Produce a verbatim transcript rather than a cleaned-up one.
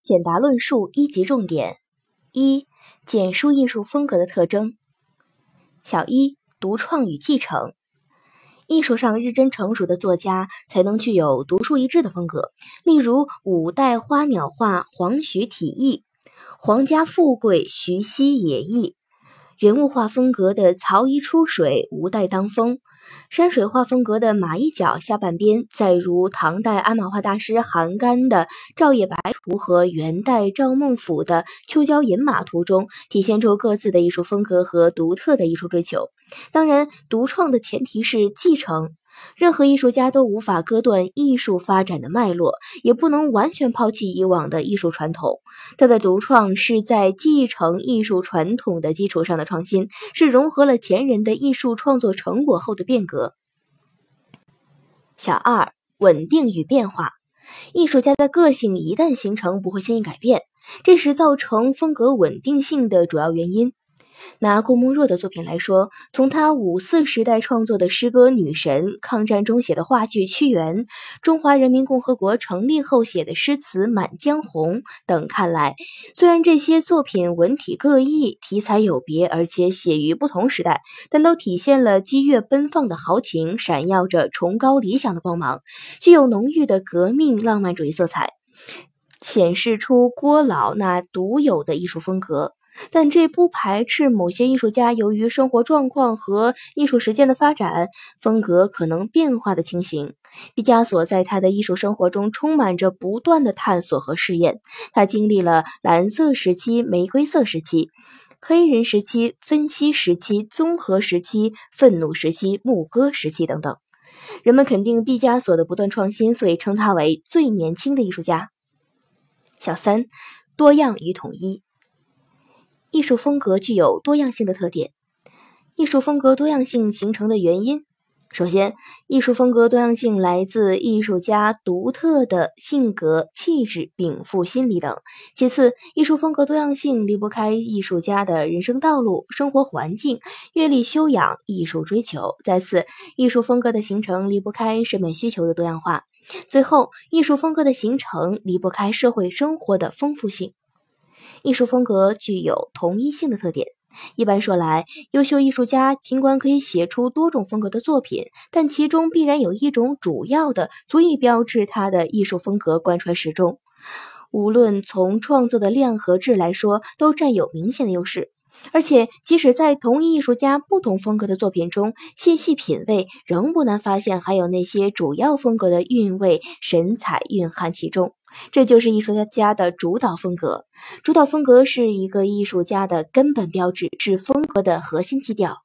简答论述一级重点：一、简述艺术风格的特征。小一、独创与继承。艺术上日臻成熟的作家才能具有独树一帜的风格，例如五代花鸟画黄许体意，皇家富贵徐熙野意，人物画风格的曹禺出水吴代当风，山水画风格的马一角下半边，再如唐代鞍马画大师韩干的照夜白图和元代赵孟俯的秋郊饮马图中，体现出各自的艺术风格和独特的艺术追求。当然，独创的前提是继承。任何艺术家都无法割断艺术发展的脉络，也不能完全抛弃以往的艺术传统。他的独创是在继承艺术传统的基础上的创新，是融合了前人的艺术创作成果后的变革。小二、稳定与变化。艺术家的个性一旦形成，不会轻易改变，这是造成风格稳定性的主要原因。拿顾慕若的作品来说，从他五四时代创作的诗歌《女神》，抗战中写的话剧《屈原》，中华人民共和国成立后写的诗词《满江红》等看来，虽然这些作品文体各异，题材有别，而且写于不同时代，但都体现了激越奔放的豪情，闪耀着崇高理想的光芒，具有浓郁的革命浪漫主义色彩，显示出郭老那独有的艺术风格。但这不排斥某些艺术家由于生活状况和艺术实践的发展，风格可能变化的情形。毕加索在他的艺术生活中充满着不断的探索和试验，他经历了蓝色时期、玫瑰色时期、黑人时期、分析时期、综合时期、愤怒时期、牧歌时期等等。人们肯定毕加索的不断创新，所以称他为最年轻的艺术家。小三、多样与统一。艺术风格具有多样性的特点。艺术风格多样性形成的原因，首先，艺术风格多样性来自艺术家独特的性格、气质、禀赋心理等。其次，艺术风格多样性离不开艺术家的人生道路、生活环境、阅历修养、艺术追求。再次，艺术风格的形成离不开审美需求的多样化。最后，艺术风格的形成离不开社会生活的丰富性。艺术风格具有同一性的特点。一般说来，优秀艺术家尽管可以写出多种风格的作品，但其中必然有一种主要的，足以标志他的艺术风格贯穿始终。无论从创作的量和质来说，都占有明显的优势。而且，即使在同一艺术家不同风格的作品中，细细品味，仍不难发现还有那些主要风格的韵味、神采蕴含其中。这就是艺术家的主导风格。主导风格是一个艺术家的根本标志，是风格的核心基调。